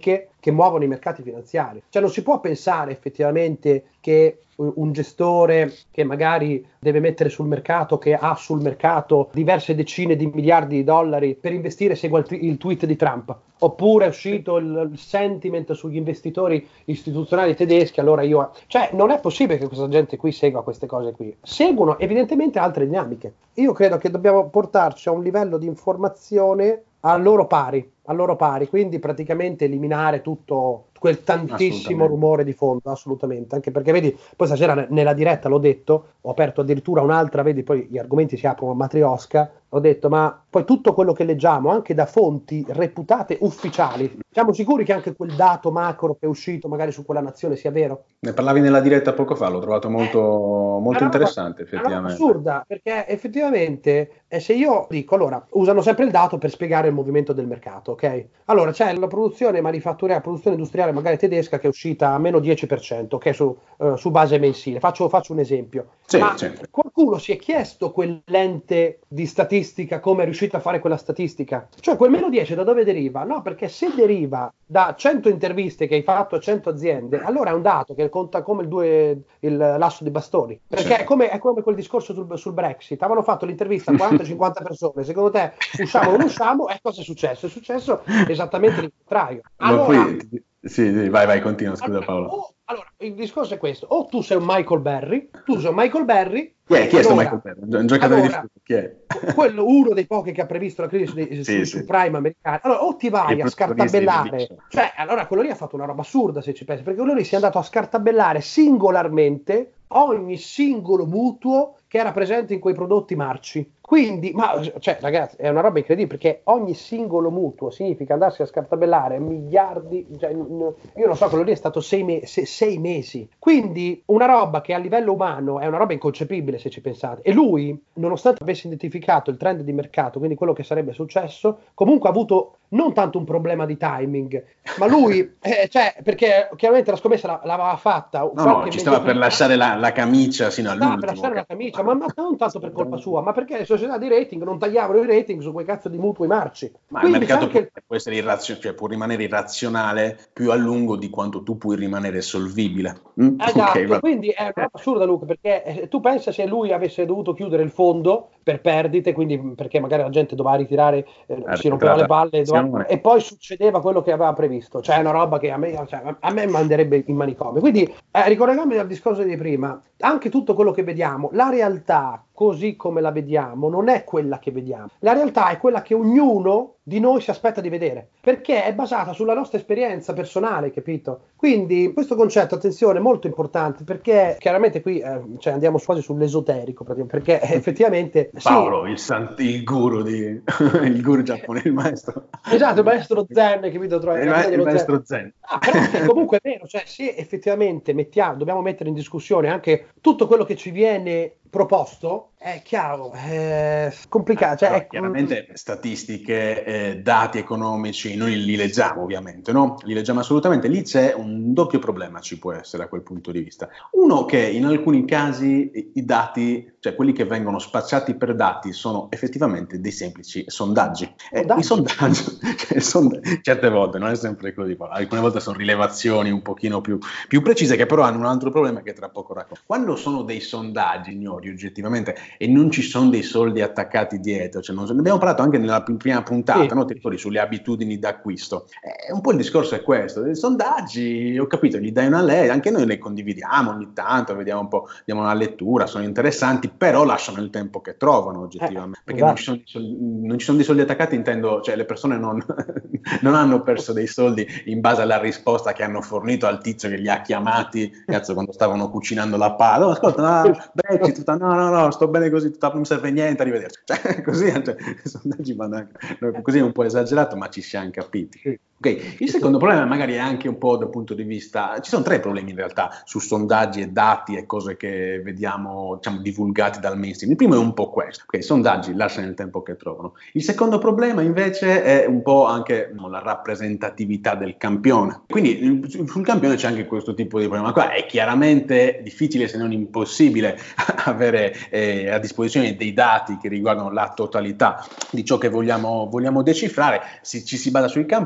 S4: che muovono i mercati finanziari. Cioè non si può pensare effettivamente che un gestore che magari deve mettere sul mercato, che ha sul mercato diverse decine di miliardi di dollari per investire, segua il, il tweet di Trump, oppure è uscito il, il sentiment sugli investitori istituzionali tedeschi, allora io... Cioè non è possibile che questa gente qui segua queste cose qui. Seguono evidentemente altre dinamiche. Io credo che dobbiamo portarci a un livello di informazione a loro pari, a loro pari, quindi praticamente eliminare tutto quel tantissimo rumore di fondo, assolutamente, anche perché vedi, poi stasera nella diretta l'ho detto, ho aperto addirittura un'altra, vedi, poi gli argomenti si aprono a matriosca, ho detto, ma poi tutto quello che leggiamo, anche da fonti reputate ufficiali, siamo sicuri che anche quel dato macro che è uscito magari su quella nazione sia vero?
S3: Ne parlavi nella diretta poco fa, l'ho trovato molto, eh, molto interessante, roba, effettivamente.
S4: È assurda, perché effettivamente eh, se io dico, allora, usano sempre il dato per spiegare il movimento del mercato, ok? Allora, c'è la produzione manifatturiera, la produzione industriale magari tedesca che è uscita a meno dieci per cento, che è su, uh, su base mensile. Faccio, faccio un esempio.
S3: Sì,
S4: Ma
S3: sì.
S4: qualcuno si è chiesto quell'ente di statistica come è riuscito a fare quella statistica? Cioè quel meno dieci da dove deriva? No, perché se deriva da cento interviste che hai fatto a cento aziende, allora è un dato che conta come il, due, il lasso di bastoni. Perché sì. è, come, è come quel discorso sul, sul Brexit. Avevano fatto l'intervista a quaranta cinquanta persone. Secondo te usciamo o non usciamo? E cosa è successo? È successo esattamente il contrario. Allora,
S3: Ma poi, sì, sì, vai, vai, continua, scusa Paolo.
S4: O, allora, il discorso è questo: o tu sei un Michael Berry, tu sei un Michael Berry.
S3: Chi è, chi è
S4: allora,
S3: Michael Berry? Un giocatore
S4: allora,
S3: di chi è?
S4: Quello, uno dei pochi che ha previsto la crisi sui
S3: sì,
S4: sì. subprime americani. Allora, o ti vai a scartabellare, cioè, allora quello lì ha fatto una roba assurda se ci pensi, perché quello lì si è andato a scartabellare singolarmente ogni singolo mutuo che era presente in quei prodotti marci. Quindi, ma cioè, ragazzi, è una roba incredibile, perché ogni singolo mutuo significa andarsi a scartabellare miliardi, cioè, io non so, quello lì è stato sei, me- se- sei mesi. Quindi una roba che a livello umano è una roba inconcepibile se ci pensate. E lui, nonostante avesse identificato il trend di mercato, quindi quello che sarebbe successo, comunque ha avuto non tanto un problema di timing, ma lui, eh, cioè, perché chiaramente la scommessa la, l'aveva fatta.
S3: No, no, ci stava per lasciare la, la camicia sino all'ultimo.
S4: per lasciare la camicia, ma, ma non tanto per colpa sua, ma perché le società di rating non tagliavano i rating su quei cazzo di mutui marci.
S3: Ma
S4: Quindi
S3: il mercato
S4: anche...
S3: può, può essere irrazionale, cioè può rimanere irrazionale più a lungo di quanto tu puoi rimanere solvibile. Mm?
S4: Esatto,
S3: Okay,
S4: quindi è una assurda, Luca, perché eh, tu pensa se lui avesse dovuto chiudere il fondo per perdite, quindi perché magari la gente doveva ritirare, eh, si rompeva le balle doveva, e poi succedeva quello che aveva previsto, cioè è una roba che a me, cioè, a me manderebbe in manicomio. Quindi eh, ricollegandomi al discorso di prima, anche tutto quello che vediamo, la realtà così come la vediamo non è quella che vediamo, la realtà è quella che ognuno di noi si aspetta di vedere, perché è basata sulla nostra esperienza personale, capito? Quindi questo concetto, attenzione, è molto importante, perché chiaramente qui eh, cioè andiamo quasi sull'esoterico, perché effettivamente
S3: Paolo,
S4: sì,
S3: il, sant- il guru di il guru giapponese, il maestro,
S4: esatto, il maestro zen, capito? Tra-
S3: il, ma- il maestro zen,
S4: ah, però comunque è vero, cioè se effettivamente mettiamo, dobbiamo mettere in discussione anche tutto quello che ci viene proposto, è chiaro, è complicato. Cioè,
S3: allora,
S4: è...
S3: chiaramente statistiche, eh, dati economici, noi li leggiamo ovviamente, no? Li leggiamo assolutamente. Lì c'è un doppio problema, ci può essere da quel punto di vista. Uno, che in alcuni casi i, i dati, cioè quelli che vengono spacciati per dati, sono effettivamente dei semplici sondaggi. Eh, I sondaggi, cioè, sonda- certe volte, non è sempre così, alcune volte sono rilevazioni un pochino più, più precise, che però hanno un altro problema che tra poco racconto. Quando sono dei sondaggi ignori oggettivamente e non ci sono dei soldi attaccati dietro, cioè non, ne abbiamo parlato anche nella prima puntata, sì, no? Ti ricordi, sulle abitudini d'acquisto, eh, un po' il discorso è questo, dei sondaggi, ho capito, gli dai una lei, anche noi le condividiamo ogni tanto, vediamo un po', diamo una lettura, sono interessanti, però lasciano il tempo che trovano oggettivamente, eh, perché esatto. non, ci sono, soldi, non ci sono dei soldi attaccati, intendo, cioè le persone non, non hanno perso dei soldi in base alla risposta che hanno fornito al tizio che li ha chiamati, cazzo, quando stavano cucinando la palla, oh, ascolta, no, Brexit, tutta, no, no, no, sto bene così, tutta, non mi serve niente, arrivederci. Cioè, così, cioè, sondaggi, così è un po' esagerato, ma ci siamo capiti. Sì. Okay. Il secondo problema magari è anche un po' dal punto di vista, ci sono tre problemi in realtà su sondaggi e dati e cose che vediamo, diciamo, divulgati dal mainstream. Il primo è un po' questo, okay, i sondaggi lasciano il tempo che trovano. Il secondo problema invece è un po' anche no, la rappresentatività del campione. Quindi sul campione c'è anche questo tipo di problema qua. È chiaramente difficile, se non impossibile, avere eh, a disposizione dei dati che riguardano la totalità di ciò che vogliamo, vogliamo decifrare. Si, ci si basa sui campioni,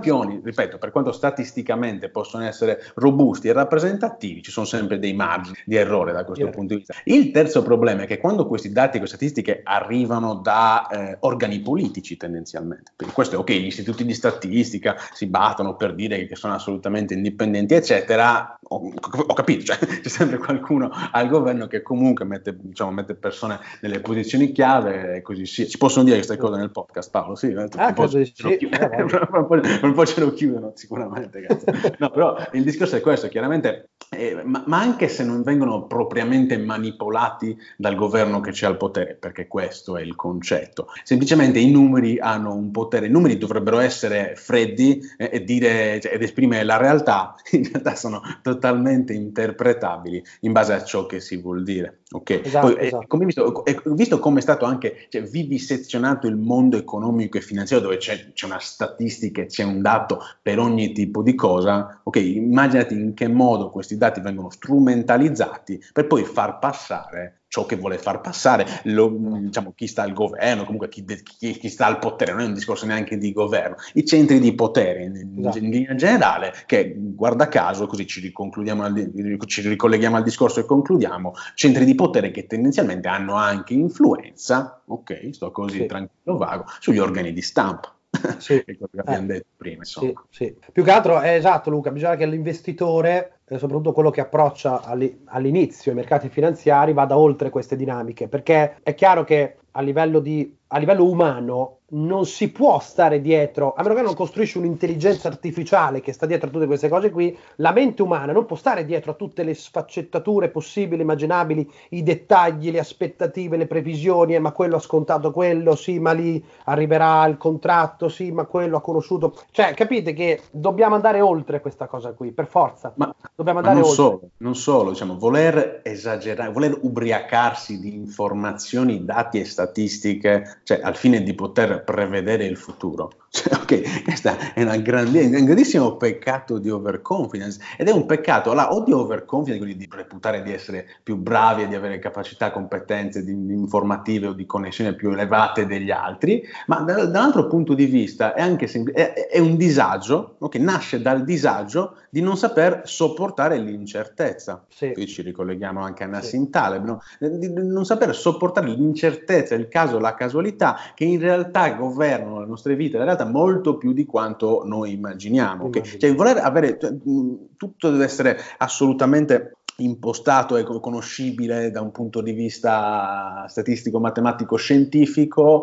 S3: ripeto, per quanto statisticamente possono essere robusti e rappresentativi, ci sono sempre dei margini di errore da questo yeah. punto di vista. Il terzo problema è che quando questi dati e queste statistiche arrivano da eh, organi politici tendenzialmente, perché questo è ok, gli istituti di statistica si battono per dire che sono assolutamente indipendenti eccetera, ho, ho capito, cioè, c'è sempre qualcuno al governo che comunque mette, diciamo, mette persone nelle posizioni chiave e così sì. Si possono dire queste cose nel podcast, Paolo? Sì,
S4: ah, un, po sì.
S3: un, po', un po' ce lo chiudono sicuramente. No, però il discorso è questo, chiaramente, eh, ma, ma anche se non vengono propriamente manipolati dal governo che c'è al potere, perché questo è il concetto, semplicemente i numeri hanno un potere, i numeri dovrebbero essere freddi eh, e dire, cioè, ed esprimere la realtà, in realtà sono totalmente interpretabili in base a ciò che si vuol dire. Okay.
S4: Esatto,
S3: Poi,
S4: esatto.
S3: Eh, come visto, eh, visto come è stato anche cioè, vivisezionato il mondo economico e finanziario, dove c'è, c'è una statistica, c'è un dato per ogni tipo di cosa, ok, immaginati in che modo questi dati vengono strumentalizzati per poi far passare ciò che vuole far passare lo, diciamo, chi sta al governo, comunque chi, chi, chi sta al potere, non è un discorso neanche di governo, i centri di potere in,
S4: esatto.
S3: in linea generale, che guarda caso, così ci riconcludiamo al, ci ricolleghiamo al discorso e concludiamo, centri di potere che tendenzialmente hanno anche influenza, ok, sto così sì. tranquillo vago, sugli organi di stampa.
S4: Sì.
S3: È quello che abbiamo
S4: eh.
S3: detto prima, insomma.
S4: Sì, sì. Più che altro è esatto, Luca, bisogna che l'investitore, eh, soprattutto quello che approccia alli, all'inizio i mercati finanziari, vada oltre queste dinamiche, perché è chiaro che a livello, di, a livello umano non si può stare dietro, a meno che non costruisci un'intelligenza artificiale che sta dietro a tutte queste cose qui, la mente umana non può stare dietro a tutte le sfaccettature possibili, immaginabili, i dettagli, le aspettative, le previsioni, eh, ma quello ha scontato quello, sì, ma lì arriverà il contratto, sì, ma quello ha conosciuto, cioè capite che dobbiamo andare oltre questa cosa qui, per forza,
S3: ma,
S4: dobbiamo
S3: ma
S4: andare
S3: non
S4: oltre.
S3: Solo, non solo, diciamo, voler esagerare, voler ubriacarsi di informazioni, dati e statistiche, cioè al fine di poter prevedere il futuro. Cioè, ok, questo è, una grandi, è un grandissimo peccato di overconfidence, ed è un peccato là, o di overconfidence, quindi di reputare di essere più bravi e di avere capacità, competenze di, di informative o di connessioni più elevate degli altri, ma da, da un altro punto di vista è anche sempl- è, è un disagio, ok, nasce dal disagio di non saper sopportare l'incertezza.
S4: Sì.
S3: Qui ci ricolleghiamo anche a Nassim
S4: Sì.
S3: Taleb, no? Di non saper sopportare l'incertezza, il caso, la casualità, che in realtà governano le nostre vite, la realtà molto più di quanto noi immaginiamo. Okay? Cioè, voler avere cioè, tutto deve essere assolutamente impostato e conoscibile da un punto di vista statistico, matematico, scientifico,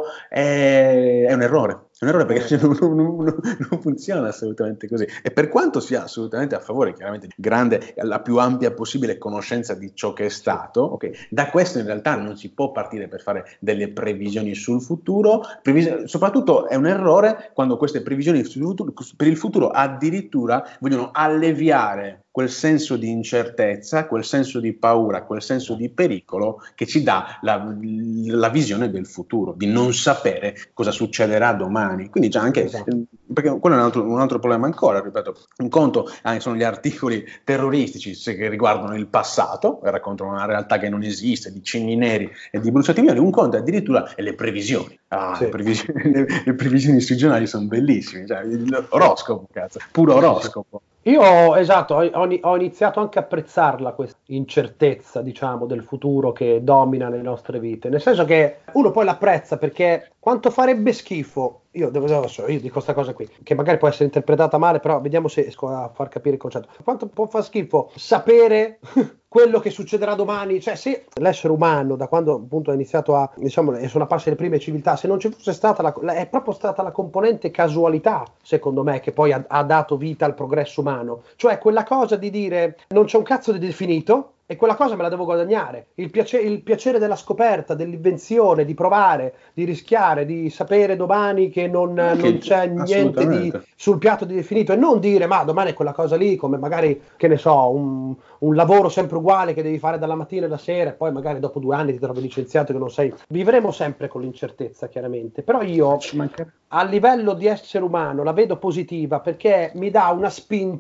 S3: è, è un errore. È un errore perché non, non, non, non funziona assolutamente così. E per quanto sia assolutamente a favore, chiaramente, grande, la più ampia possibile conoscenza di ciò che è stato, okay, da questo in realtà non si può partire per fare delle previsioni sul futuro. Previs- soprattutto è un errore quando queste previsioni sul futuro, per il futuro addirittura vogliono alleviare quel senso di incertezza, quel senso di paura, quel senso di pericolo che ci dà la, la visione del futuro, di non sapere cosa succederà domani. Quindi già anche,
S4: esatto.
S3: perché quello è un altro, un altro problema ancora, ripeto, un conto eh, sono gli articoli terroristici che riguardano il passato, che raccontano una realtà che non esiste, di cigni neri e di bruciati milioni, un conto addirittura è le previsioni. Ah, sì. le, previsioni le, le previsioni sui giornali sono bellissime, cioè, l'oroscopo, cazzo, puro oroscopo.
S4: Io, esatto, ho, ho iniziato anche a apprezzarla questa incertezza, diciamo, del futuro che domina le nostre vite, nel senso che uno poi l'apprezza perché quanto farebbe schifo, io, io dico questa cosa qui, che magari può essere interpretata male, però vediamo se riesco a far capire il concetto, quanto può far schifo sapere quello che succederà domani, cioè se l'essere umano da quando appunto ha iniziato a, diciamo, sono apparse le prime civiltà, se non ci fosse stata la, la, è proprio stata la componente casualità, secondo me, che poi ha, ha dato vita al progresso umano, cioè quella cosa di dire non c'è un cazzo di definito e quella cosa me la devo guadagnare, il, piace, il piacere della scoperta, dell'invenzione, di provare, di rischiare, di sapere domani che non, non c'è niente di, sul piatto di definito, e non dire ma domani è quella cosa lì, come magari, che ne so, un, un lavoro sempre uguale che devi fare dalla mattina alla sera e poi magari dopo due anni ti trovi licenziato che non sei. Vivremo sempre con l'incertezza, chiaramente, però io a livello di essere umano la vedo positiva perché mi dà una spinta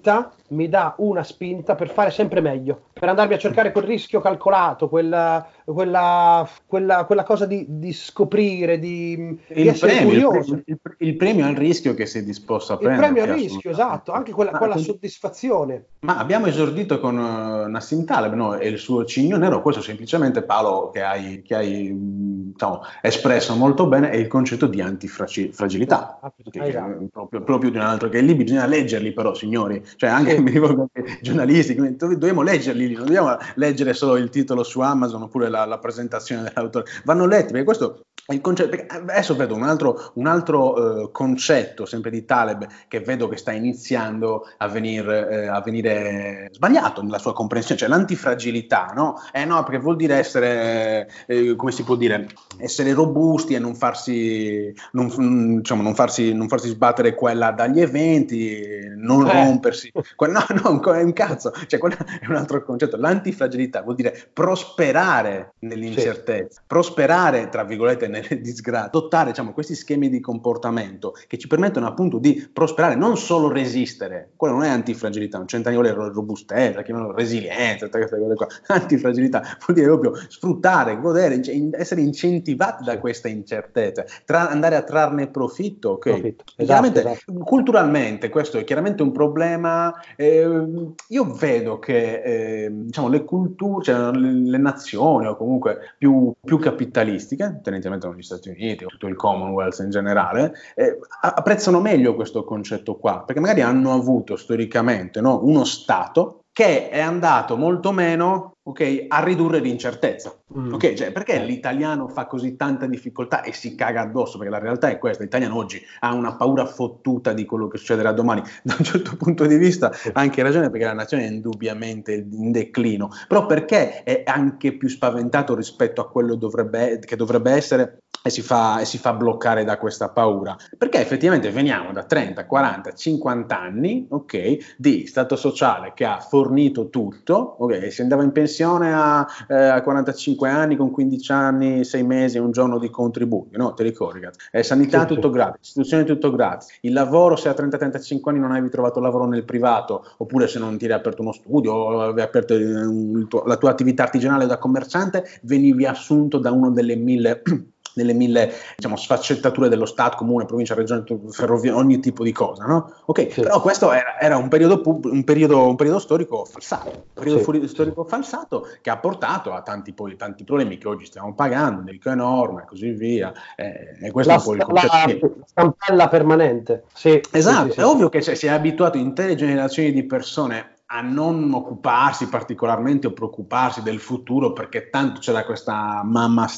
S4: mi dà una spinta per fare sempre meglio, per andarmi a cercare quel rischio calcolato, quella, quella, quella, quella cosa di, di scoprire, di, di
S3: il
S4: essere
S3: premio,
S4: curioso.
S3: Il, il, il premio al rischio che sei disposto a
S4: Il
S3: prendere.
S4: premio al rischio, esatto, anche quella,
S3: Ma,
S4: quella
S3: quindi,
S4: soddisfazione.
S3: Ma abbiamo esordito con uh, Nassim Taleb, no? E il suo Cigno Nero. Questo semplicemente, Paolo, che hai, che hai diciamo, espresso molto bene, è il concetto di antifragilità.
S4: Ah,
S3: Che,
S4: esatto.
S3: che, proprio, proprio di un altro, che lì bisogna leggerli però, signori, cioè anche
S4: Sì.
S3: mi rivolgo ai giornalisti, quindi dobbiamo leggerli, non dobbiamo leggere solo il titolo su Amazon oppure la, la presentazione dell'autore, vanno letti, perché questo è il concetto. Perché adesso vedo un altro, un altro uh, concetto sempre di Taleb che vedo che sta iniziando a venire, eh, a venire sbagliato nella sua comprensione, cioè l'antifragilità, no? Eh no, perché vuol dire essere, eh, come si può dire, essere robusti e non farsi, non, diciamo, non farsi, non farsi sbattere quella dagli eventi, non
S4: Eh.
S3: rompersi. No, no, è un cazzo, cioè quello è un altro concetto. L'antifragilità vuol dire prosperare nell'incertezza, sì. prosperare, tra virgolette, nelle disgrazie, adottare, diciamo, questi schemi di comportamento che ci permettono appunto di prosperare, non solo resistere. Quello non è antifragilità, non c'entra niente con robustezza, chiamano resilienza, queste cose qua. Antifragilità vuol dire proprio sfruttare, godere, essere incentivati da questa incertezza, tra, andare a trarne profitto, ok?
S4: Profitto. Esatto,
S3: chiaramente,
S4: esatto.
S3: Culturalmente questo è chiaramente un problema. Eh, io vedo che eh, diciamo, le culture, cioè le, le nazioni o comunque più, più capitalistiche, tendenzialmente negli Stati Uniti o tutto il Commonwealth in generale, eh, apprezzano meglio questo concetto qua, perché magari hanno avuto storicamente, no, uno Stato che è andato molto meno, ok, a ridurre l'incertezza. Mm. Ok, cioè perché l'italiano fa così tanta difficoltà e si caga addosso? Perché la realtà è questa: l'italiano oggi ha una paura fottuta di quello che succederà domani. Da un certo punto di vista ha anche ragione, perché la nazione è indubbiamente in declino, però perché è anche più spaventato rispetto a quello dovrebbe, che dovrebbe essere, e si fa, e si fa bloccare da questa paura? Perché effettivamente veniamo da trenta, quaranta, cinquanta anni, ok, di stato sociale che ha fornito tutto, ok, si andava in pensione a, eh, a quarantacinque anni con quindici anni, sei mesi e un giorno di contributi, no? Ti ricordi? Eh, sanità
S4: sì,
S3: tutto
S4: sì.
S3: gratis, istruzione tutto gratis, il lavoro, se a trenta trentacinque anni non avevi trovato lavoro nel privato, oppure se non ti eri aperto uno studio o avevi aperto un, tuo, la tua attività artigianale da commerciante, venivi assunto da uno delle mille nelle mille, diciamo, sfaccettature dello Stato, comune, provincia, regione, ferrovia, ogni tipo di cosa, no? Ok, sì. Però questo era, era un, periodo pub, un, periodo, un periodo storico falsato, un periodo sì. storico falsato che ha portato a tanti, poi, tanti problemi che oggi stiamo pagando, delicato enorme e così via. Eh, e questo
S4: la,
S3: è un po' il concetto.
S4: La stampella permanente. Sì,
S3: esatto,
S4: sì, sì,
S3: è
S4: sì.
S3: ovvio che cioè, si è abituato intere generazioni di persone a non occuparsi particolarmente o preoccuparsi del futuro, perché tanto c'era questa mamma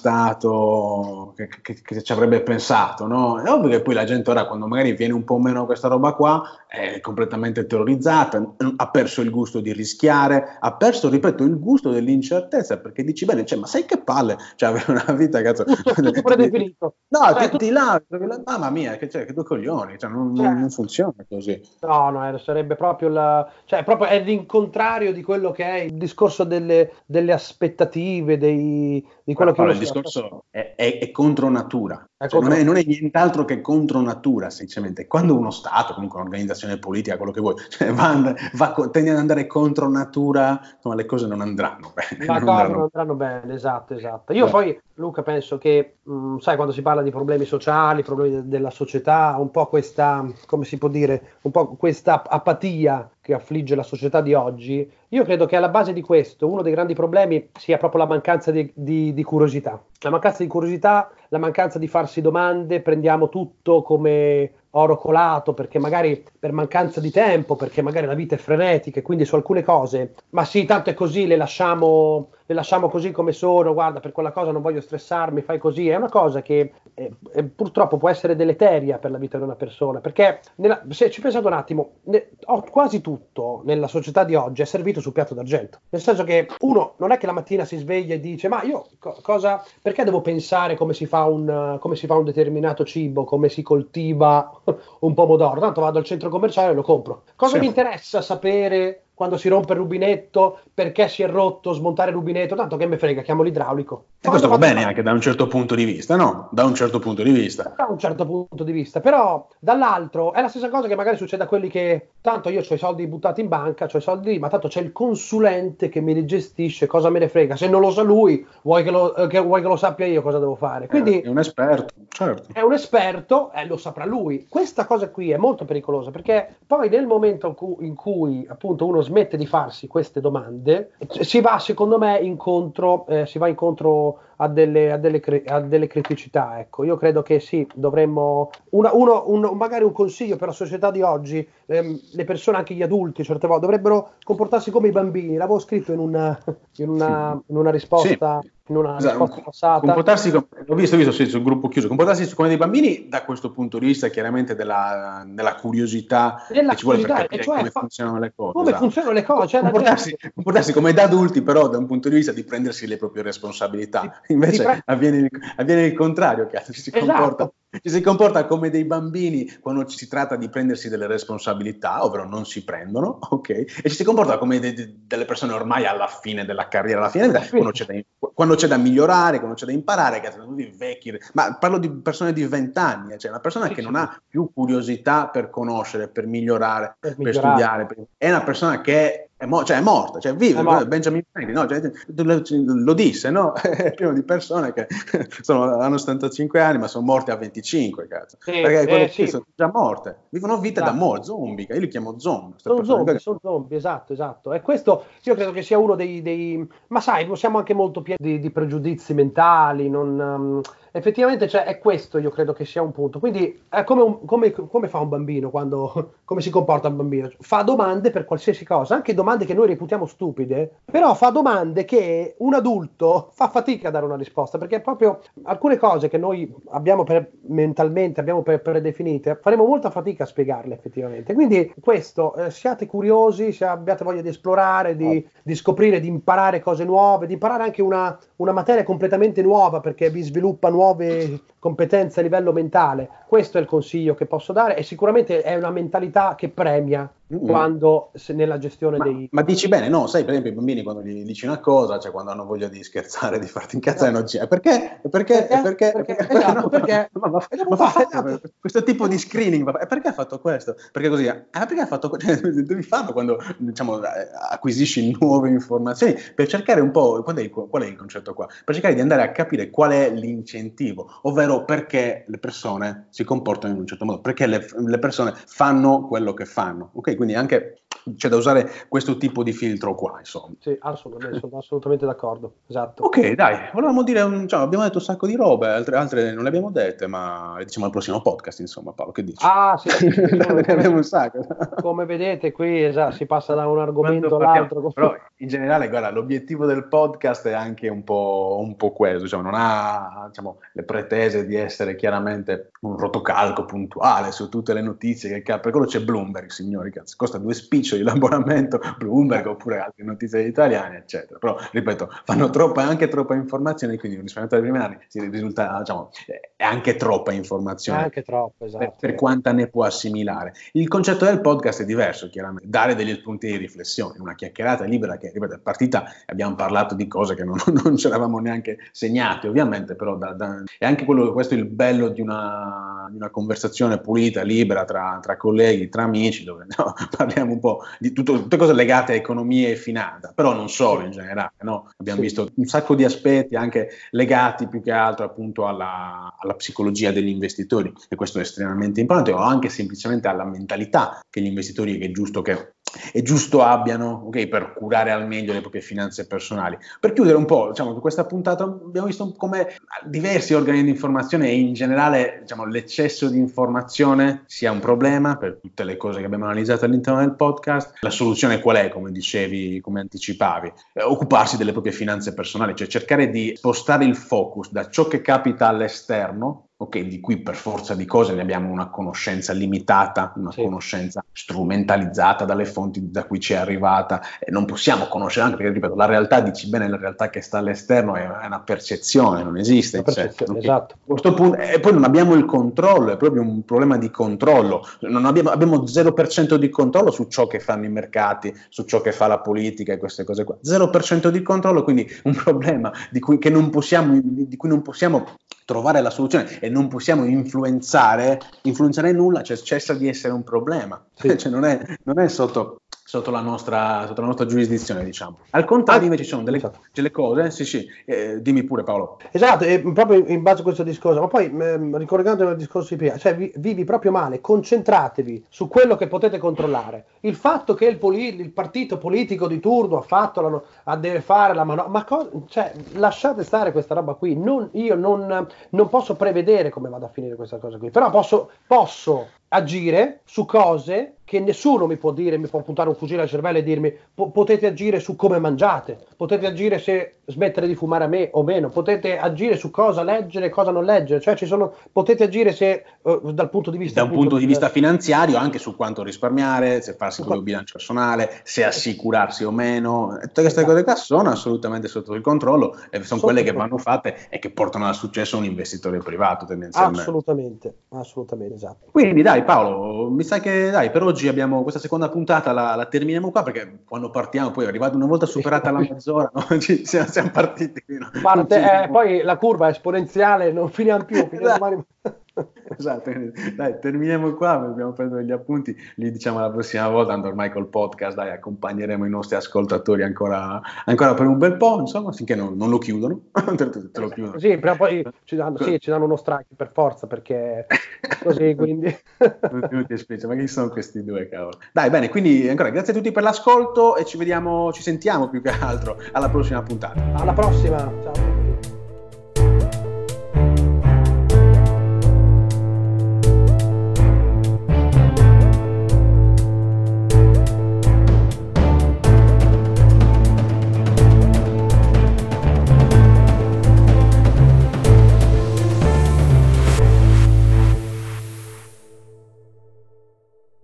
S3: Stato che, che, che ci avrebbe pensato, no? È ovvio che poi la gente ora, quando magari viene un po' meno questa roba qua, è completamente terrorizzata, ha perso il gusto di rischiare, ha perso, ripeto, il gusto dell'incertezza, perché dici bene, cioè, ma sai che palle, cioè avere una vita, cazzo,
S4: tutto, tutto predefinito.
S3: no,
S4: cioè,
S3: ti,
S4: tu...
S3: ti là, mamma mia, che, cioè, che due coglioni, cioè, non,
S4: cioè,
S3: non funziona così.
S4: No, no, sarebbe proprio la, cioè proprio è l'incontrario di quello che è il discorso delle, delle aspettative, dei, di quello
S3: Guarda,
S4: che
S3: il discorso è, è, è contro natura,
S4: è
S3: cioè,
S4: contro...
S3: non, è, non è nient'altro che contro natura, semplicemente. Quando uno Stato, comunque un'organizzazione politica, quello che vuoi, cioè, va, va, tende ad andare contro natura, insomma, le cose non andranno bene.
S4: Le
S3: non
S4: cose
S3: andranno...
S4: non andranno bene, esatto, esatto. Io
S3: Beh.
S4: poi, Luca, penso che, mh, sai, quando si parla di problemi sociali, problemi de- della società, un po' questa, come si può dire, un po' questa apatia che affligge la società di oggi, io credo che alla base di questo uno dei grandi problemi sia proprio la mancanza di, di, di curiosità. La mancanza di curiosità, la mancanza di farsi domande, prendiamo tutto come oro colato, perché magari per mancanza di tempo, perché magari la vita è frenetica e quindi su alcune cose, ma sì, tanto è così, le lasciamo, le lasciamo così come sono, guarda, per quella cosa non voglio stressarmi, fai così. È una cosa che eh, eh, purtroppo può essere deleteria per la vita di una persona, perché nella, se ci pensate un attimo, ne, oh, quasi tutto nella società di oggi è servito sul piatto d'argento, nel senso che uno non è che la mattina si sveglia e dice ma io co- cosa, perché devo pensare come si fa un, come si fa un determinato cibo, come si coltiva un pomodoro, tanto vado al centro commerciale e lo compro. Cosa
S3: Sì.
S4: mi interessa sapere quando si rompe il rubinetto, perché si è rotto, smontare il rubinetto, tanto che me frega, chiamo l'idraulico.
S3: E questo va bene anche da un certo punto di vista, no? Da un certo punto di vista.
S4: Da un certo punto di vista, però dall'altro è la stessa cosa che magari succede a quelli che tanto io ho i soldi buttati in banca, ho i soldi lì, ma tanto c'è il consulente che me li gestisce, cosa me ne frega, se non lo sa lui, vuoi che lo, che, vuoi che lo sappia io cosa devo fare? Quindi
S3: è un esperto, certo.
S4: È un esperto e eh, lo saprà lui. Questa cosa qui è molto pericolosa perché poi nel momento in cui, in cui appunto uno smette di farsi queste domande, si va secondo me incontro, eh, si va incontro a delle, a delle, a delle criticità. Ecco, io credo che sì, dovremmo una, uno, un, magari un consiglio per la società di oggi, ehm, le persone, anche gli adulti, certe volte dovrebbero comportarsi come i bambini. L'avevo scritto in una, in una, in una risposta. Sì. In una
S3: esatto,
S4: risposta passata.
S3: Comportarsi, l'ho visto, ho visto sì, sul gruppo chiuso, comportarsi come dei bambini da questo punto di vista chiaramente della, della curiosità
S4: della
S3: che ci vuole per
S4: curiosità,
S3: capire
S4: cioè,
S3: come
S4: fa,
S3: funzionano le cose.
S4: Come
S3: esatto.
S4: funzionano le cose. Cioè
S3: comportarsi, comportarsi come da adulti però da un punto di vista di prendersi le proprie responsabilità. Invece pre- avviene, il, avviene il contrario, che ci si,
S4: esatto.
S3: comporta, ci si comporta come dei bambini quando ci si tratta di prendersi delle responsabilità, ovvero non si prendono, ok? E ci si comporta come de, de, delle persone ormai alla fine della carriera, alla fine, quando c'è da, quando c'è da migliorare, quando c'è da imparare, che sono tutti vecchi, ma parlo di persone di vent'anni, cioè una persona sì, che sì. non ha più curiosità per conoscere, per migliorare, per, per migliorare. studiare, per, è una persona che è, mo- cioè è morta, cioè vive, è Benjamin Franklin, no? Cioè, lo, lo disse, no? È pieno di persone che sono, hanno settantacinque anni ma sono morte a venticinque, cazzo, sì, perché quelle eh, sì. sono già morte, vivono vite esatto. da morte, zombie, io li chiamo zombie.
S4: Sono zombie,
S3: che...
S4: sono zombie, esatto, esatto, e questo io credo che sia uno dei, dei... ma sai, siamo anche molto pieni di, di pregiudizi mentali, non... Um... effettivamente cioè, è questo, io credo che sia un punto. Quindi è come, un, come, come fa un bambino quando come si comporta un bambino? Fa domande per qualsiasi cosa, anche domande che noi reputiamo stupide, però fa domande che un adulto fa fatica a dare una risposta, perché proprio alcune cose che noi abbiamo per, mentalmente abbiamo per, predefinite, faremo molta fatica a spiegarle effettivamente. Quindi questo, eh, siate curiosi, se abbiate voglia di esplorare, di, di scoprire, di imparare cose nuove, di imparare anche una, una materia completamente nuova perché vi sviluppa nuove competenze a livello mentale. Questo è il consiglio che posso dare e sicuramente è una mentalità che premia mm. quando se, nella gestione
S3: ma,
S4: dei...
S3: Ma dici bene, no? Sai, per esempio i bambini quando gli dici una cosa, cioè quando hanno voglia di scherzare, di farti incazzare, no. non c'è. Perché? Perché? Perché? Perché?
S4: Perché? Perché? Esatto, no, perché?
S3: Ma, ma, ma, ma fa, questo tipo di screening, ma perché ha fatto questo? Perché così? Ah, perché ha fatto questo? Cioè, devi farlo quando, diciamo, acquisisci nuove informazioni per cercare un po', qual è, il, qual è il concetto qua? Per cercare di andare a capire qual è l'incentivo, ovvero perché le persone si comportano in un certo modo, perché le, le persone fanno quello che fanno, ok? Quindi anche c'è da usare questo tipo di filtro qua, insomma.
S4: Sì, assolutamente, sono assolutamente d'accordo, esatto.
S3: Ok, dai, volevamo dire, un, cioè, abbiamo detto un sacco di robe, altre, altre non le abbiamo dette, ma le diciamo al prossimo podcast, insomma, Paolo, che dici?
S4: Ah, sì, sì, sì,
S3: ne abbiamo un sacco.
S4: Come vedete qui, esatto, si passa da un argomento all'altro.
S3: Però in generale, guarda, l'obiettivo del podcast è anche un po', un po' questo, diciamo, non ha, diciamo, le pretese di essere chiaramente un rotocalco puntuale su tutte le notizie che cap- per quello c'è Bloomberg, signori, cazzo, costa due spiccioli l'abbonamento Bloomberg oppure altre notizie italiane, eccetera. Però, ripeto, fanno troppa, anche troppa informazione, quindi un risparmiatore preliminare si risulta, diciamo, è anche troppa informazione.
S4: È anche troppo, esatto.
S3: Per, per quanta ne può assimilare. Il concetto del podcast è diverso, chiaramente, dare degli spunti di riflessione, una chiacchierata libera che, ripeto, è partita, abbiamo parlato di cose che non, non ci eravamo neanche segnate, ovviamente, però da, da, è anche quello, questo è il bello di una, di una conversazione pulita, libera, tra, tra colleghi, tra amici, dove no, parliamo un po' di tutto, tutte cose legate a economia e finanza, però non solo in generale, no? Abbiamo sì. visto un sacco di aspetti anche legati più che altro appunto alla, alla psicologia degli investitori, e questo è estremamente importante, o anche semplicemente alla mentalità che gli investitori che è giusto che è giusto abbiano, ok, per curare al meglio le proprie finanze personali. Per chiudere un po', diciamo, questa puntata abbiamo visto come diversi organi di informazione e in generale, diciamo, l'eccesso di informazione sia un problema per tutte le cose che abbiamo analizzato all'interno del podcast. La soluzione qual è, come dicevi, come anticipavi? Eh, occuparsi delle proprie finanze personali, cioè cercare di spostare il focus da ciò che capita all'esterno, ok, di cui per forza di cose ne abbiamo una conoscenza limitata, una sì. conoscenza strumentalizzata dalle fonti da cui ci è arrivata, e non possiamo conoscere, anche perché, ripeto, la realtà, dici bene, la realtà che sta all'esterno è, è una percezione, non esiste. Cioè, okay.
S4: Esatto.
S3: A questo punto, e poi non abbiamo il controllo, è proprio un problema di controllo, non abbiamo, abbiamo zero per cento di controllo su ciò che fanno i mercati, su ciò che fa la politica e queste cose qua, zero per cento di controllo, quindi un problema di cui, che non possiamo, di cui non possiamo trovare la soluzione e non possiamo influenzare, influenzare nulla, cioè cessa di essere un problema, sì. cioè non è, non è sotto, sotto, la nostra, sotto la nostra giurisdizione, diciamo. Al contrario, invece ci sono delle, esatto. delle cose, sì sì, eh, dimmi pure Paolo.
S4: Esatto, e proprio in base a questo discorso, ma poi ehm, ricollegandomi al discorso di prima, cioè vi, vivi proprio male, concentratevi su quello che potete controllare. Il fatto che il, poli- il partito politico di turno ha fatto, la, ha deve fare la manovra, ma co- cioè, lasciate stare questa roba qui, non, io non, non posso prevedere come vada a finire questa cosa qui, però posso, posso agire su cose che nessuno mi può dire, mi può puntare un fucile al cervello e dirmi po- potete agire su come mangiate, potete agire se smettere di fumare a me o meno, potete agire su cosa leggere e cosa non leggere, cioè ci sono, potete agire se uh, dal punto di vista
S3: da un punto di vista finanziario, anche su quanto risparmiare, se farsi con il bilancio personale, se assicurarsi o meno, tutte queste cose qua sono assolutamente sotto il controllo e sono quelle che vanno fatte e che portano al successo un investitore privato tendenzialmente.
S4: Assolutamente, assolutamente, esatto.
S3: Quindi dai Paolo, mi sa che dai per oggi abbiamo questa seconda puntata, la, la terminiamo qua, perché quando partiamo poi arrivato una volta superata la mezz'ora no? Ci, siamo, siamo partiti qui, no?
S4: Parte, eh, poi la curva è esponenziale, non finiamo più, finiamo domani.
S3: Esatto, dai, terminiamo qua, abbiamo preso degli appunti, li diciamo la prossima volta, tanto ormai col podcast dai, accompagneremo i nostri ascoltatori ancora, ancora per un bel po', insomma, finché non, non lo chiudono. te, te lo chiudono.
S4: Sì, però poi ci danno, sì, ci danno uno strike per forza, perché così, quindi...
S3: non ti spiace, ma chi sono questi due, cavolo? Dai, bene, quindi ancora grazie a tutti per l'ascolto e ci vediamo, ci sentiamo più che altro alla prossima puntata.
S4: Alla prossima, ciao.